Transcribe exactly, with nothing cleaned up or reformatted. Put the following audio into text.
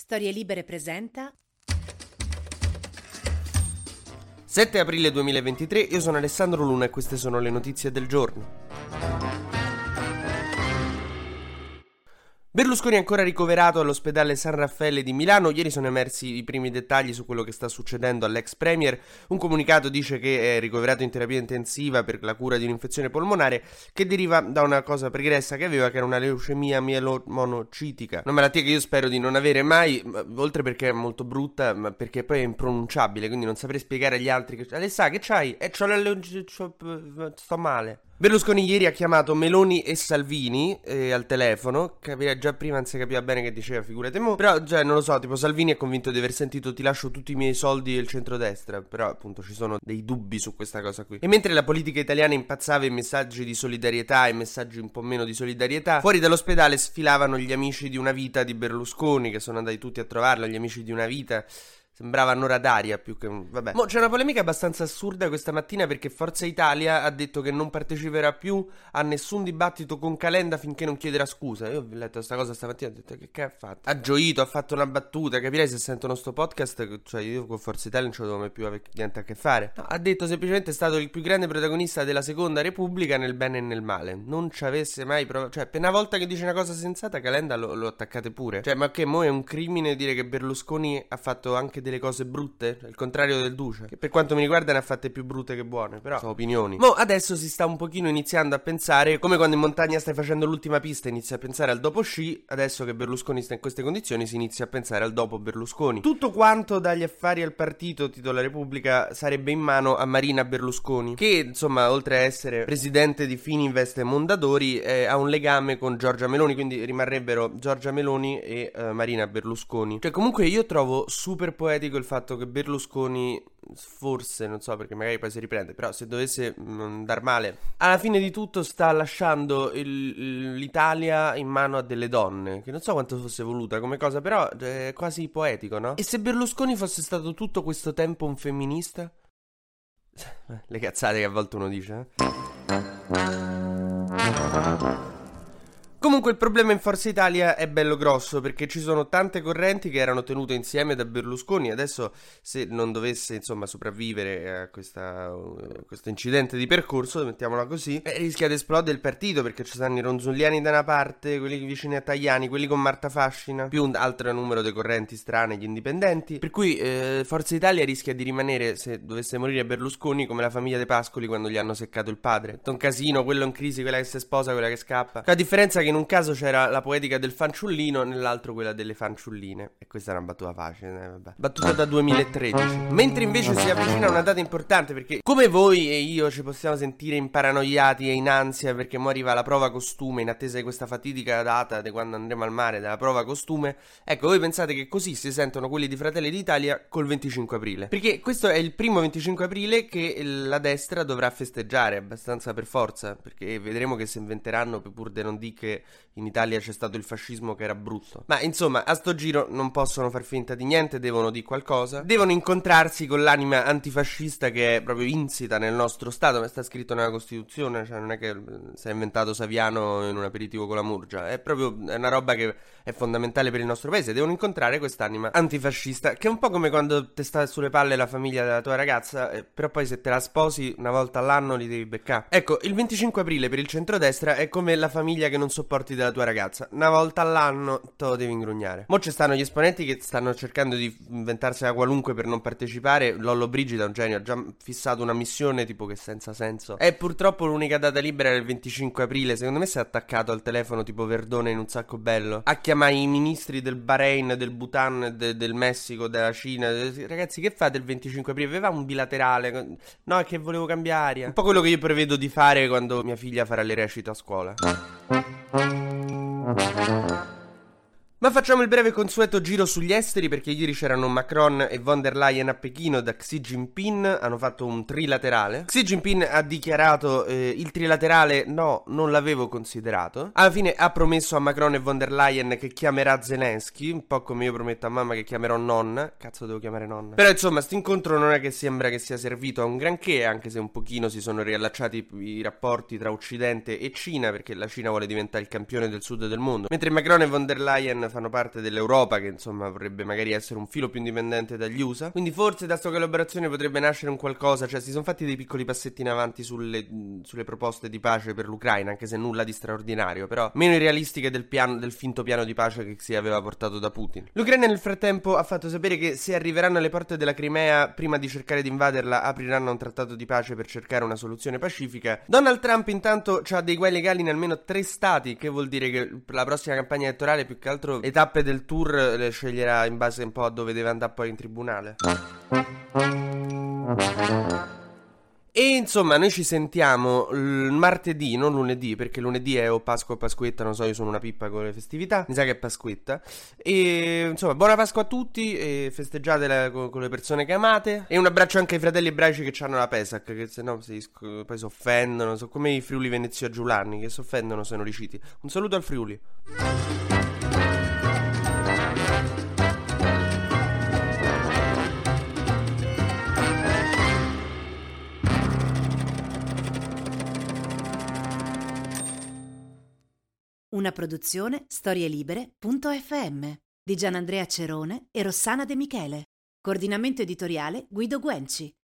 Storie Libere presenta sette aprile duemilaventitré, io sono Alessandro Luna e queste sono le notizie del giorno. Berlusconi è ancora ricoverato all'ospedale San Raffaele di Milano. Ieri sono emersi i primi dettagli su quello che sta succedendo all'ex premier. Un comunicato dice che è ricoverato in terapia intensiva per la cura di un'infezione polmonare che deriva da una cosa pregressa che aveva, che era una leucemia mielomonocitica. Una malattia che io spero di non avere mai, oltre perché è molto brutta, ma perché poi è impronunciabile, quindi non saprei spiegare agli altri che Alessà, che c'hai? Eh, c'ho la leucemia, sto male. Berlusconi ieri ha chiamato Meloni e Salvini eh, al telefono, capire già prima non si capiva bene che diceva, figurate mo, però già non lo so, tipo Salvini è convinto di aver sentito ti lascio tutti i miei soldi e il centrodestra, però appunto ci sono dei dubbi su questa cosa qui. E mentre la politica italiana impazzava in messaggi di solidarietà e messaggi un po' meno di solidarietà, fuori dall'ospedale sfilavano gli amici di una vita di Berlusconi, che sono andati tutti a trovarlo, gli amici di una vita. Sembrava un'ora d'aria più che un... vabbè. Mo c'è una polemica abbastanza assurda questa mattina perché Forza Italia ha detto che non parteciperà più a nessun dibattito con Calenda finché non chiederà scusa. Io ho letto questa cosa stamattina e ho detto che che ha fatto? Ha gioito, ha fatto una battuta, capirei se sentono sto podcast, cioè io con Forza Italia non ce lo devo mai più avere niente a che fare. No, ha detto semplicemente è stato il più grande protagonista della seconda repubblica nel bene e nel male. Non ci avesse mai provato, cioè per una volta che dice una cosa sensata Calenda lo, lo attaccate pure. Cioè ma che mo è un crimine dire che Berlusconi ha fatto anche delle cose brutte, il contrario del Duce, che per quanto mi riguarda ne ha fatte più brutte che buone, però sono opinioni. Mo adesso si sta un pochino iniziando a pensare, come quando in montagna stai facendo l'ultima pista inizi a pensare al dopo sci, adesso che Berlusconi sta in queste condizioni si inizia a pensare al dopo Berlusconi. Tutto quanto dagli affari al partito, titolo La Repubblica, sarebbe in mano a Marina Berlusconi, che insomma oltre a essere presidente di Fininvest e Mondadori eh, ha un legame con Giorgia Meloni, quindi rimarrebbero Giorgia Meloni e eh, Marina Berlusconi. Cioè comunque io trovo super poetico il fatto che Berlusconi, forse, non so perché magari poi si riprende, però se dovesse mh, andar male, alla fine di tutto sta lasciando il, l'Italia in mano a delle donne, che non so quanto fosse voluta come cosa, però è quasi poetico, no? E se Berlusconi fosse stato tutto questo tempo un femminista? Le cazzate che a volte uno dice, eh? Comunque il problema in Forza Italia è bello grosso perché ci sono tante correnti che erano tenute insieme da Berlusconi. Adesso se non dovesse insomma sopravvivere a questa, uh, questo incidente di percorso, mettiamola così, eh, rischia di esplodere il partito perché ci stanno i ronzulliani da una parte, quelli vicini a Tajani, quelli con Marta Fascina, più un altro numero di correnti strane, gli indipendenti, per cui eh, Forza Italia rischia di rimanere, se dovesse morire Berlusconi, come la famiglia De Pascoli quando gli hanno seccato il padre. Un casino, quello in crisi, quella che si sposa, quella che scappa. La differenza è che in un caso c'era la poetica del fanciullino, nell'altro quella delle fanciulline. E questa è una battuta facile, eh, vabbè. Battuta da duemilatredici. Mentre invece si avvicina una data importante, perché come voi e io ci possiamo sentire imparanoiati e in ansia perché mo arriva la prova costume, in attesa di questa fatidica data di quando andremo al mare, della prova costume. Ecco, voi pensate che così si sentono quelli di Fratelli d'Italia col venticinque aprile, perché questo è il primo venticinque aprile che la destra dovrà festeggiare, abbastanza per forza, perché vedremo che si inventeranno pur de non di che in Italia c'è stato il fascismo che era brutto. Ma insomma, a sto giro non possono far finta di niente, devono dire qualcosa. Devono incontrarsi con l'anima antifascista che è proprio insita nel nostro Stato, ma sta scritto nella Costituzione, cioè non è che si è inventato Saviano in un aperitivo con la Murgia, è proprio è una roba che è fondamentale per il nostro paese. Devono incontrare quest'anima antifascista, che è un po' come quando te sta sulle palle la famiglia della tua ragazza, eh, però poi se te la sposi una volta all'anno li devi beccare. Ecco, il venticinque aprile per il centrodestra è come la famiglia che non sopporti della tua ragazza, una volta all'anno te lo devi ingrugnare. Mo ci stanno gli esponenti che stanno cercando di inventarsela qualunque per non partecipare. Lollo Brigida, un genio, ha già fissato una missione tipo che senza senso. E purtroppo l'unica data libera era il venticinque aprile. Secondo me si è attaccato al telefono tipo Verdone in Un sacco bello a chiamare i ministri del Bahrain, del Bhutan, de- del Messico, della Cina. Ragazzi, che fate il venticinque aprile? Aveva un bilaterale? No, è che volevo cambiare aria. Un po' quello che io prevedo di fare quando mia figlia farà le recite a scuola. Ma facciamo il breve consueto giro sugli esteri, perché ieri c'erano Macron e von der Leyen a Pechino da Xi Jinping, hanno fatto un trilaterale. Xi Jinping ha dichiarato eh, il trilaterale no, non l'avevo considerato. Alla fine ha promesso a Macron e von der Leyen che chiamerà Zelensky, un po' come io prometto a mamma che chiamerò nonna. Cazzo, devo chiamare nonna. Però insomma, sto incontro non è che sembra che sia servito a un granché, anche se un pochino si sono riallacciati i rapporti tra Occidente e Cina, perché la Cina vuole diventare il campione del sud del mondo, mentre Macron e von der Leyen Iran fanno parte dell'Europa, che insomma vorrebbe magari essere un filo più indipendente dagli U S A. Quindi forse da sta collaborazione potrebbe nascere un qualcosa, cioè si sono fatti dei piccoli passetti in avanti sulle, sulle proposte di pace per l'Ucraina, anche se nulla di straordinario, però meno irrealistiche del, piano, del finto piano di pace che si aveva portato da Putin. L'Ucraina nel frattempo ha fatto sapere che se arriveranno alle porte della Crimea, prima di cercare di invaderla, apriranno un trattato di pace per cercare una soluzione pacifica. Donald Trump intanto ha dei guai legali in almeno tre stati, che vuol dire che per la prossima campagna elettorale più che altro le tappe del tour le sceglierà in base un po' a dove deve andare poi in tribunale. E insomma noi ci sentiamo il martedì, non lunedì, perché lunedì è o Pasqua o Pasquetta, non so, io sono una pippa con le festività, mi sa che è Pasquetta. E insomma buona Pasqua a tutti, e festeggiatela con, con le persone che amate. E un abbraccio anche ai fratelli ebraici che hanno la Pesach, che se no si, poi si offendono, sono come i Friuli Venezia Giuliani, che si offendono se non li citi. Un saluto al Friuli. Una produzione storielibere punto effe emme di Gianandrea Cerone e Rossana De Michele. Coordinamento editoriale Guido Guenci.